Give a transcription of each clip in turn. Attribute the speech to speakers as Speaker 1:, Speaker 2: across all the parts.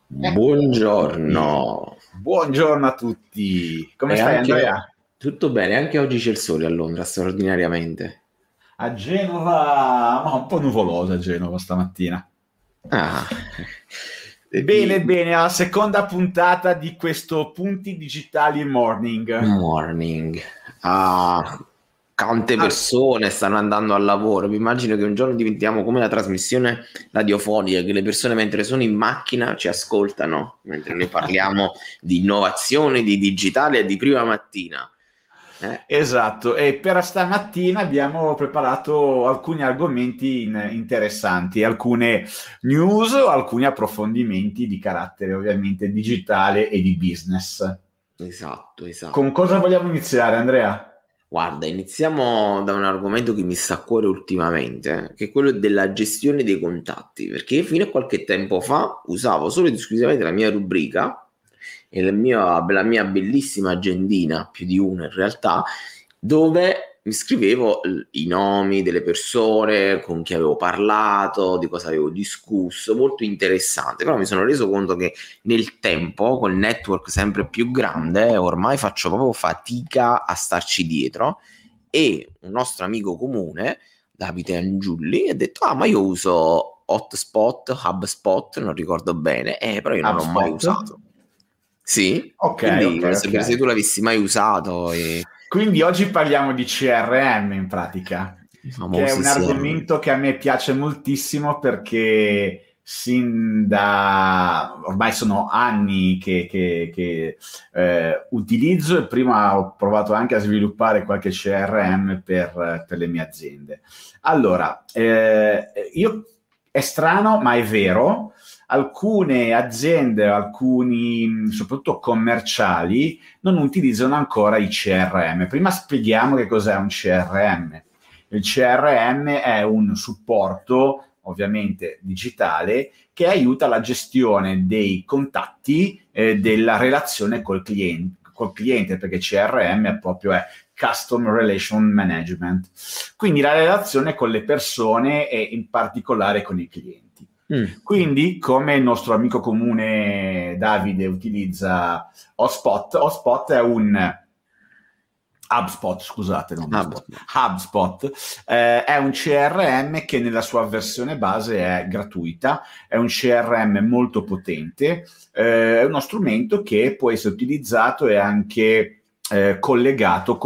Speaker 1: Buongiorno.
Speaker 2: Buongiorno a tutti. Come
Speaker 1: E
Speaker 2: stai,
Speaker 1: anche
Speaker 2: Andrea?
Speaker 1: tutto bene, anche oggi c'è il sole a Londra, straordinariamente.
Speaker 2: A Genova, ma un po' nuvolosa a Genova stamattina.
Speaker 1: Ah,
Speaker 2: Bene, bene, alla seconda puntata di questo Punti Digitali Morning.
Speaker 1: morning. Ah, quante
Speaker 2: Ah,
Speaker 1: persone stanno andando al lavoro. Mi immagino che un giorno diventiamo come la trasmissione radiofonica, che le persone mentre sono in macchina ci ascoltano, mentre noi parliamo di innovazione, di digitale e di prima mattina.
Speaker 2: esatto, e per stamattina abbiamo preparato alcuni argomenti interessanti, alcune news o alcuni approfondimenti di carattere ovviamente digitale e di business.
Speaker 1: Esatto,
Speaker 2: Con
Speaker 1: esatto.
Speaker 2: cosa vogliamo iniziare, Andrea?
Speaker 1: Guarda, iniziamo da un argomento che mi sta a cuore ultimamente, che è quello della gestione dei contatti, perché io fino a qualche tempo fa usavo solo ed esclusivamente la mia rubrica e la mia bellissima agendina, più di una in realtà, dove mi scrivevo i nomi delle persone, con chi avevo parlato, di cosa avevo discusso, molto interessante, però mi sono reso conto che nel tempo, col network sempre più grande, ormai faccio proprio fatica a starci dietro e un nostro amico comune, Davide Angiulli, ha detto, ah, ma io uso Hotspot, HubSpot, non ricordo bene, però io non l'ho mai
Speaker 2: HubSpot?
Speaker 1: usato. Sì,
Speaker 2: Ok,
Speaker 1: quindi
Speaker 2: ok,
Speaker 1: voglio
Speaker 2: ok.
Speaker 1: sapere se tu l'avessi mai usato,
Speaker 2: Quindi oggi parliamo di CRM in pratica,
Speaker 1: i
Speaker 2: che è
Speaker 1: famosi
Speaker 2: un
Speaker 1: CRM.
Speaker 2: argomento che a me piace moltissimo perché sin da ormai sono anni che utilizzo e prima ho provato anche a sviluppare qualche CRM per le mie aziende. Allora, è strano, ma è vero. Alcune aziende, alcuni soprattutto commerciali, non utilizzano ancora i CRM. Prima spieghiamo che cos'è un CRM. Il CRM è un supporto, ovviamente digitale, che aiuta la gestione dei contatti della relazione col cliente, perché CRM è proprio Custom Relation Management. Quindi la relazione con le persone e in particolare con i clienti.
Speaker 1: Mm,
Speaker 2: Quindi, come il nostro amico comune Davide utilizza HubSpot è un HubSpot, scusate, non HubSpot.
Speaker 1: HubSpot.
Speaker 2: HubSpot è un CRM che nella sua versione base è gratuita, è un CRM molto potente, è uno strumento che può essere utilizzato e anche collegato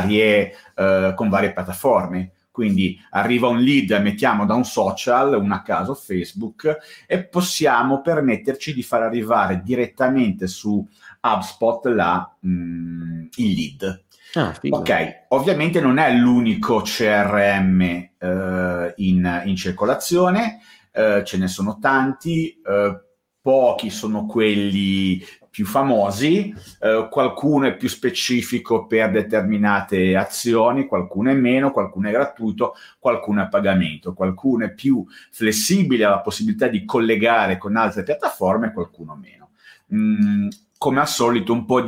Speaker 2: con varie piattaforme. Quindi arriva un lead, mettiamo da un social, un a caso Facebook, e possiamo permetterci di far arrivare direttamente su HubSpot il lead.
Speaker 1: Ah, figo.
Speaker 2: Ok, ovviamente non è l'unico CRM in circolazione, ce ne sono tanti, pochi sono quelli più famosi, qualcuno è più specifico per determinate azioni, qualcuno è meno, qualcuno è gratuito, qualcuno è a pagamento, qualcuno è più flessibile alla possibilità di collegare con altre piattaforme, qualcuno meno. Come al solito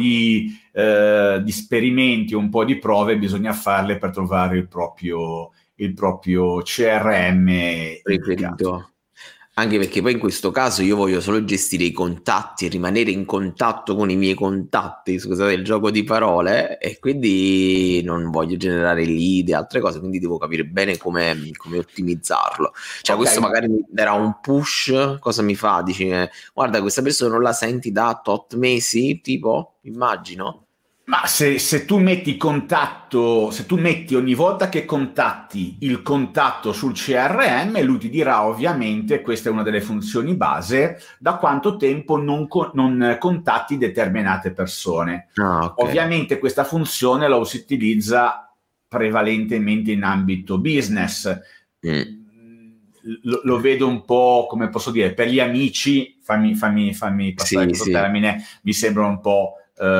Speaker 2: di esperimenti, un po' di prove bisogna farle per trovare il proprio CRM indicato.
Speaker 1: Preferito. Anche perché poi in questo caso io voglio solo gestire i contatti, rimanere in contatto con i miei contatti, scusate il gioco di parole, e quindi non voglio generare lead e altre cose, quindi devo capire bene come ottimizzarlo. Cioè
Speaker 2: Ok,
Speaker 1: questo magari mi darà un push, cosa mi fa? Dici, guarda, questa persona non la senti da tot mesi, tipo, immagino.
Speaker 2: ma se tu metti contatto, se tu metti ogni volta che contatti il contatto sul CRM, lui ti dirà ovviamente, questa è una delle funzioni base, da quanto tempo non contatti determinate persone.
Speaker 1: Ah, ok.
Speaker 2: Ovviamente questa funzione la si utilizza prevalentemente in ambito business.
Speaker 1: Mm.
Speaker 2: Lo vedo un po', come posso dire, per gli amici, fammi passare
Speaker 1: Sì,
Speaker 2: questo
Speaker 1: sì.
Speaker 2: termine, mi sembra un po'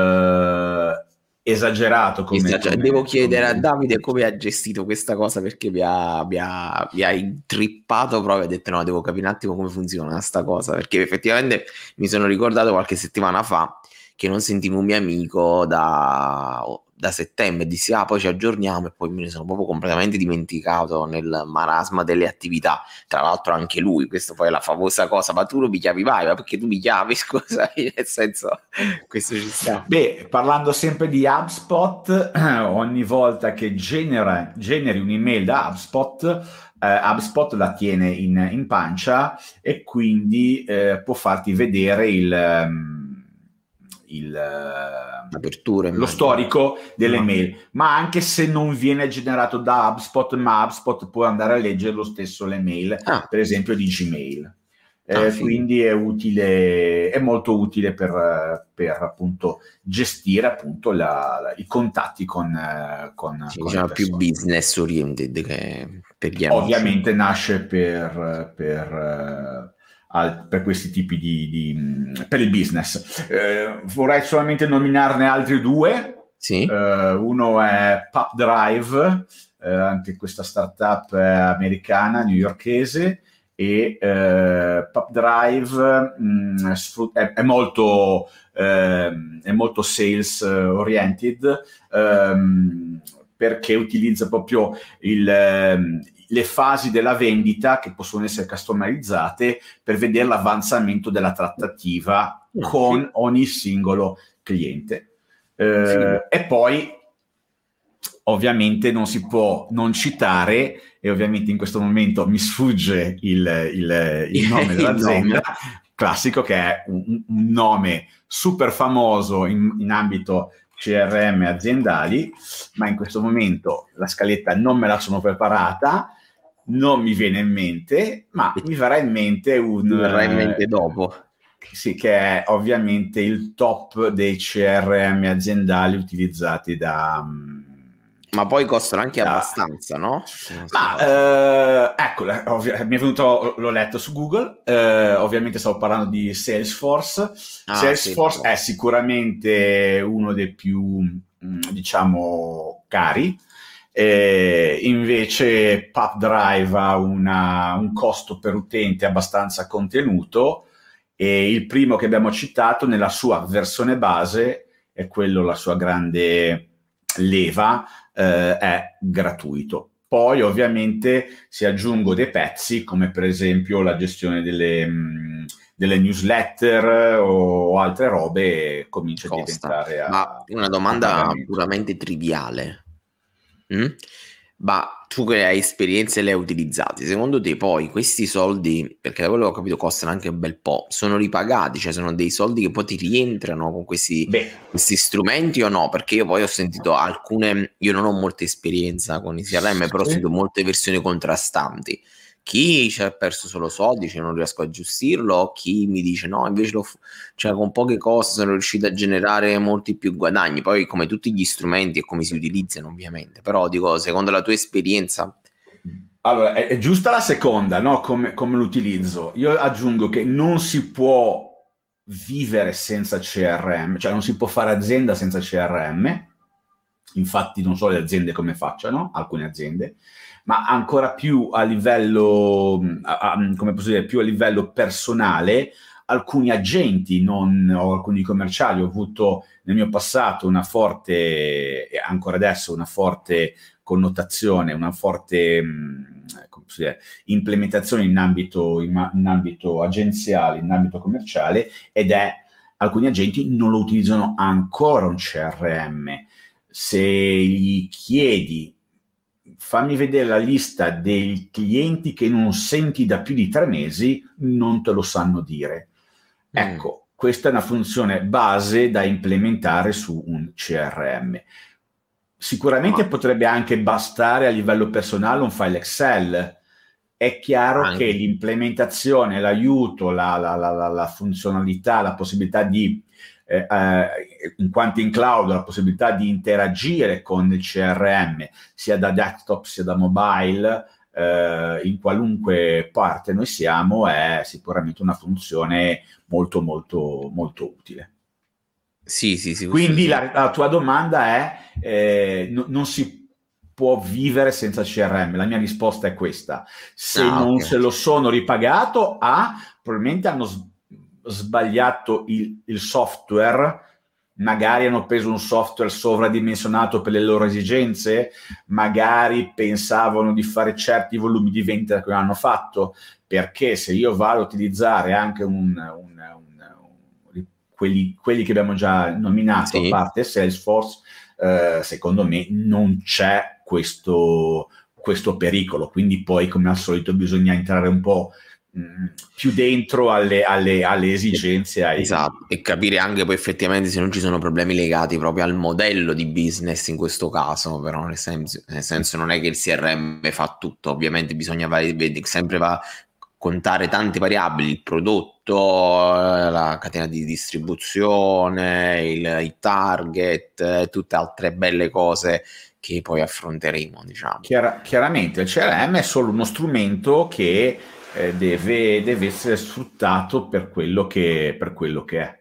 Speaker 2: esagerato
Speaker 1: Devo chiedere a
Speaker 2: come.
Speaker 1: Davide come ha gestito questa cosa perché mi ha intrippato proprio e ho detto no, devo capire un attimo come funziona sta cosa perché effettivamente mi sono ricordato qualche settimana fa che non sentivo un mio amico da settembre, dissi poi ci aggiorniamo, e poi me ne sono proprio completamente dimenticato nel marasma delle attività. Tra l'altro anche lui, questo poi è la famosa cosa, ma tu non mi chiami mai, ma perché tu mi chiami, scusa, nel senso, questo ci sta.
Speaker 2: Beh, parlando sempre di HubSpot, ogni volta che generi un'email da HubSpot, HubSpot la tiene in pancia, e quindi può farti vedere
Speaker 1: Aperture,
Speaker 2: lo
Speaker 1: immagino.
Speaker 2: storico delle
Speaker 1: No.
Speaker 2: mail, ma anche se non viene generato da HubSpot, ma HubSpot può andare a leggere lo stesso le mail, per esempio di Gmail. Quindi è utile, è molto utile per appunto gestire appunto i contatti con
Speaker 1: diciamo più business oriented che per gli amici.
Speaker 2: Ovviamente nasce per questi tipi per il business. Vorrei solamente nominarne altri due.
Speaker 1: Sì.
Speaker 2: Uno è PubDrive, anche questa startup americana, newyorkese, e PubDrive è molto sales oriented, perché utilizza proprio le fasi della vendita, che possono essere customerizzate, per vedere l'avanzamento della trattativa con ogni singolo cliente. E poi ovviamente non si può non citare, e ovviamente in questo momento mi sfugge il nome dell'azienda, classico, che è un nome super famoso in ambito CRM aziendali, ma in questo momento la scaletta non me la sono preparata, non mi viene in mente, ma mi verrà in mente
Speaker 1: dopo.
Speaker 2: Sì, che è ovviamente il top dei CRM aziendali utilizzati
Speaker 1: Ma poi costano anche abbastanza, no?
Speaker 2: Ma ecco, mi è venuto, l'ho letto su Google, ovviamente stavo parlando di Salesforce. Salesforce è sicuramente uno dei più, diciamo, cari. Invece PubDrive ha un costo per utente abbastanza contenuto, e il primo che abbiamo citato nella sua versione base è quello, la sua grande leva, è gratuito. Poi ovviamente si aggiungono dei pezzi, come per esempio la gestione delle newsletter o altre robe, e comincia a diventare
Speaker 1: Ma una domanda puramente triviale. Ma tu che hai esperienze e le hai utilizzate, secondo te poi questi soldi, perché da quello che ho capito costano anche un bel po', sono ripagati? Cioè sono dei soldi che poi ti rientrano con questi strumenti o no? Perché io poi ho sentito io non ho molta esperienza con i CRM, però ho sentito molte versioni contrastanti. Chi ci ha perso solo soldi, cioè non riesco a gestirlo, chi mi dice no, invece cioè con poche cose sono riuscito a generare molti più guadagni. Poi come tutti gli strumenti e come si utilizzano ovviamente, però dico, secondo la tua esperienza.
Speaker 2: Allora, è giusta la seconda, no? Come l'utilizzo. Io aggiungo che non si può vivere senza CRM, cioè non si può fare azienda senza CRM. Infatti non so le aziende come facciano, alcune aziende, ma ancora più a livello, come posso dire, più a livello personale, alcuni agenti o alcuni commerciali. Ho avuto nel mio passato una forte, e ancora adesso una forte connotazione, una forte come posso dire, implementazione in ambito agenziale, in ambito commerciale, ed alcuni agenti non lo utilizzano ancora un CRM. Se gli chiedi fammi vedere la lista dei clienti che non senti da più di 3 mesi, non te lo sanno dire. Ecco, questa è una funzione base da implementare su un CRM. Sicuramente potrebbe anche bastare a livello personale un file Excel. È chiaro che l'implementazione, l'aiuto, la funzionalità, la possibilità di in quanto in cloud, la possibilità di interagire con il CRM sia da desktop sia da mobile, in qualunque parte noi siamo, è sicuramente una funzione molto molto molto utile.
Speaker 1: Sì.
Speaker 2: Quindi la tua domanda è non si può vivere senza CRM. La mia risposta è questa: se non se lo sono ripagato, probabilmente hanno sbagliato il software magari hanno preso un software sovradimensionato per le loro esigenze, magari pensavano di fare certi volumi di vendita che non hanno fatto, perché se io vado a utilizzare anche quelli che abbiamo già nominato,
Speaker 1: Sì.
Speaker 2: a parte Salesforce, secondo me non c'è questo pericolo, quindi poi come al solito bisogna entrare un po' più dentro alle esigenze.
Speaker 1: Esatto, e capire anche poi effettivamente se non ci sono problemi legati proprio al modello di business in questo caso, però nel senso non è che il CRM fa tutto, ovviamente bisogna sempre contare tante variabili, il prodotto, la catena di distribuzione, il target, tutte altre belle cose che poi affronteremo, diciamo.
Speaker 2: Chiaramente il CRM è solo uno strumento che deve essere sfruttato per quello che è.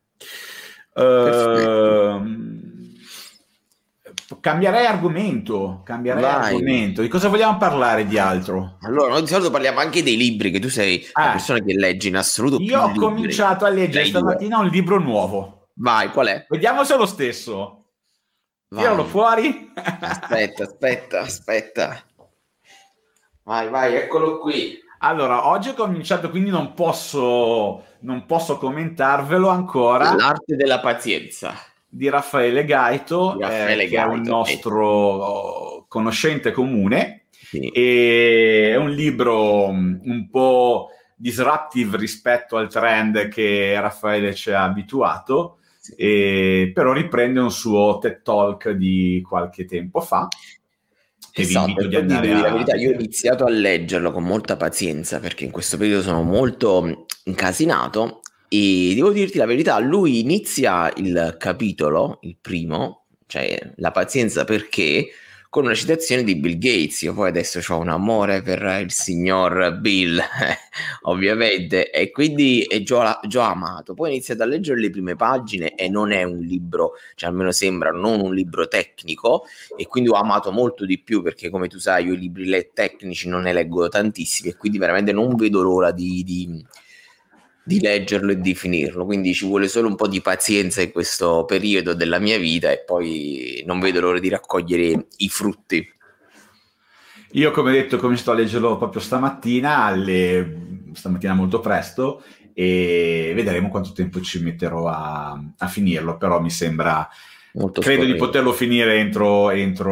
Speaker 2: Cambierei argomento. Di cosa vogliamo parlare di altro?
Speaker 1: Allora, noi di solito parliamo anche dei libri, che tu sei la persona che leggi in assoluto più
Speaker 2: io ho
Speaker 1: libri.
Speaker 2: cominciato a leggere stamattina un libro nuovo.
Speaker 1: Vai, qual è?
Speaker 2: Vediamo se è lo stesso. Tiralo fuori.
Speaker 1: Aspetta. Vai, eccolo qui.
Speaker 2: Allora, oggi ho cominciato, quindi non posso commentarvelo ancora.
Speaker 1: L'arte della pazienza
Speaker 2: di Raffaele Gaito, che è un nostro conoscente comune.
Speaker 1: Sì.
Speaker 2: E è un libro un po' disruptive rispetto al trend che Raffaele ci ha abituato, però riprende un suo TED Talk di qualche tempo fa.
Speaker 1: Esatto, e poi dirvi la verità, io ho iniziato a leggerlo con molta pazienza perché in questo periodo sono molto incasinato e devo dirti la verità, lui inizia il capitolo, il primo, cioè la pazienza perché, con una citazione di Bill Gates. Io poi adesso ho un amore per il signor Bill, ovviamente, e quindi già ho amato. Poi ho iniziato a leggere le prime pagine e non è un libro, cioè almeno sembra non un libro tecnico, e quindi ho amato molto di più perché, come tu sai, io i libri tecnici non ne leggo tantissimi e quindi veramente non vedo l'ora di leggerlo e di finirlo, quindi ci vuole solo un po' di pazienza in questo periodo della mia vita e poi non vedo l'ora di raccogliere i frutti.
Speaker 2: Io, come detto, ho cominciato a leggerlo proprio stamattina molto presto, e vedremo quanto tempo ci metterò a finirlo, però mi sembra credo di poterlo finire entro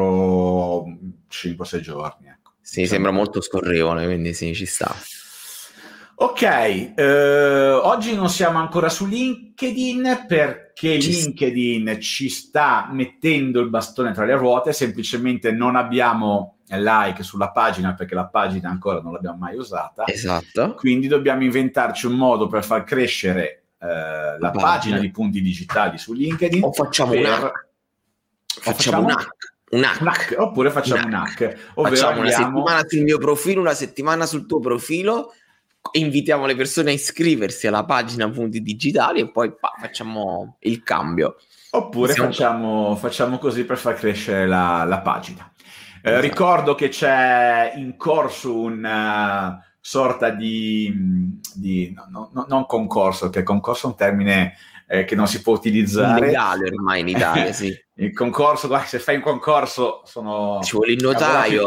Speaker 2: 5-6 giorni, ecco.
Speaker 1: Sì, sembra molto scorrevole, quindi sì, ci sta.
Speaker 2: Ok, oggi non siamo ancora su LinkedIn perché LinkedIn ci sta mettendo il bastone tra le ruote, semplicemente non abbiamo like sulla pagina perché la pagina ancora non l'abbiamo mai usata.
Speaker 1: Esatto.
Speaker 2: Quindi dobbiamo inventarci un modo per far crescere la pagina di Punti Digitali su LinkedIn.
Speaker 1: O facciamo un hack. Un hack.
Speaker 2: Oppure facciamo un hack.
Speaker 1: Facciamo una settimana sul mio profilo, una settimana sul tuo profilo, invitiamo le persone a iscriversi alla pagina Punti Digitali e poi facciamo il cambio.
Speaker 2: Oppure facciamo così per far crescere la pagina. Esatto. Ricordo che c'è in corso una sorta non concorso, che concorso è un termine che non si può utilizzare.
Speaker 1: Illegale ormai in Italia, sì.
Speaker 2: Il concorso, se fai un concorso ci
Speaker 1: vuole il notaio,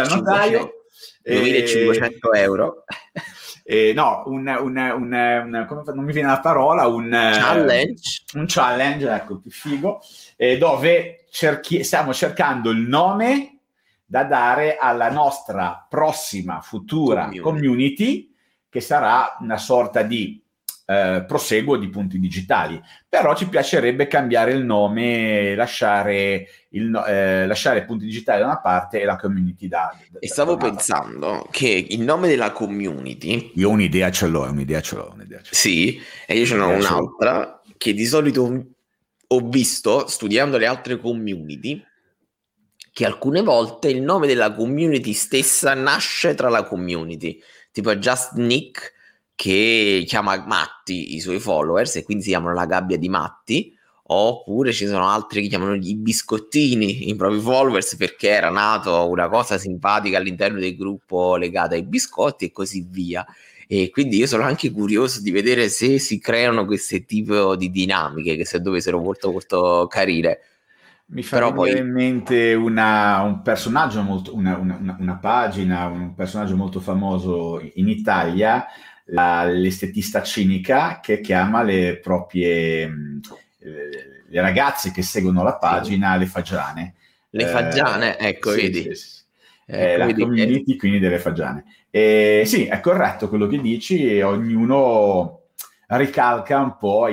Speaker 1: 2.500 euro.
Speaker 2: No, non mi viene la parola, un challenge, ecco, più figo, dove stiamo cercando il nome da dare alla nostra prossima futura community, che sarà una sorta di proseguo di Punti Digitali, però ci piacerebbe cambiare il nome, lasciare Punti Digitali da una parte e la community
Speaker 1: e stavo pensando che il nome della community,
Speaker 2: io un'idea ce l'ho.
Speaker 1: Sì, e io ce n'ho un'altra che di solito ho visto studiando le altre community, che alcune volte il nome della community stessa nasce tra la community, tipo Just Nick che chiama Matti i suoi followers e quindi si chiamano la gabbia di Matti, oppure ci sono altri che chiamano i biscottini i propri followers perché era nato una cosa simpatica all'interno del gruppo legata ai biscotti e così via. E quindi io sono anche curioso di vedere se si creano queste tipo di dinamiche che se dovessero molto molto carine.
Speaker 2: Mi fa
Speaker 1: Però
Speaker 2: venire
Speaker 1: poi
Speaker 2: in mente un personaggio molto, una pagina, un personaggio molto famoso in Italia, l'estetista cinica che chiama le proprie le ragazze che seguono la
Speaker 1: sì,
Speaker 2: pagina le fagiane.
Speaker 1: le fagiane, ecco,
Speaker 2: Sì, sì,
Speaker 1: vedi.
Speaker 2: sì.
Speaker 1: Ecco,
Speaker 2: La
Speaker 1: vedi che
Speaker 2: community quindi delle fagiane. Sì, è corretto quello che dici e ognuno ricalca un po'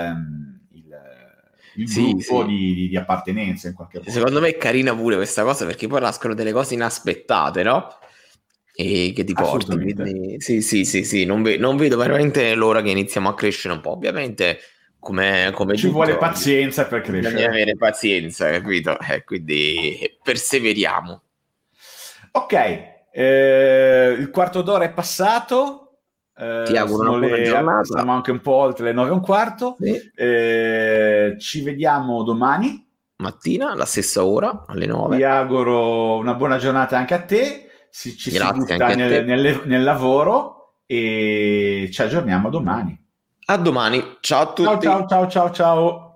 Speaker 2: il
Speaker 1: sì,
Speaker 2: gruppo
Speaker 1: sì.
Speaker 2: di appartenenza in qualche modo.
Speaker 1: Secondo me è carina pure questa cosa perché poi nascono delle cose inaspettate, no? E che ti porti.
Speaker 2: Assolutamente.
Speaker 1: Quindi sì, sì, sì, sì, non vedo veramente l'ora che iniziamo a crescere un po'. Ovviamente, come
Speaker 2: Ci vuole
Speaker 1: tutto,
Speaker 2: pazienza per
Speaker 1: bisogna
Speaker 2: crescere.
Speaker 1: avere pazienza, capito? Quindi perseveriamo.
Speaker 2: Ok, il quarto d'ora è passato,
Speaker 1: Ti auguro una buona
Speaker 2: siamo
Speaker 1: giornata.
Speaker 2: anche un po' oltre le 9:15.
Speaker 1: Sì.
Speaker 2: Ci vediamo domani.
Speaker 1: Mattina, alla stessa ora, alle
Speaker 2: Ti
Speaker 1: 9.
Speaker 2: auguro una buona giornata anche a te. Ci si
Speaker 1: Grazie
Speaker 2: butta
Speaker 1: anche a te.
Speaker 2: nel lavoro e ci aggiorniamo domani.
Speaker 1: A domani. Ciao a
Speaker 2: Ciao,
Speaker 1: tutti.
Speaker 2: ciao, ciao, ciao, ciao.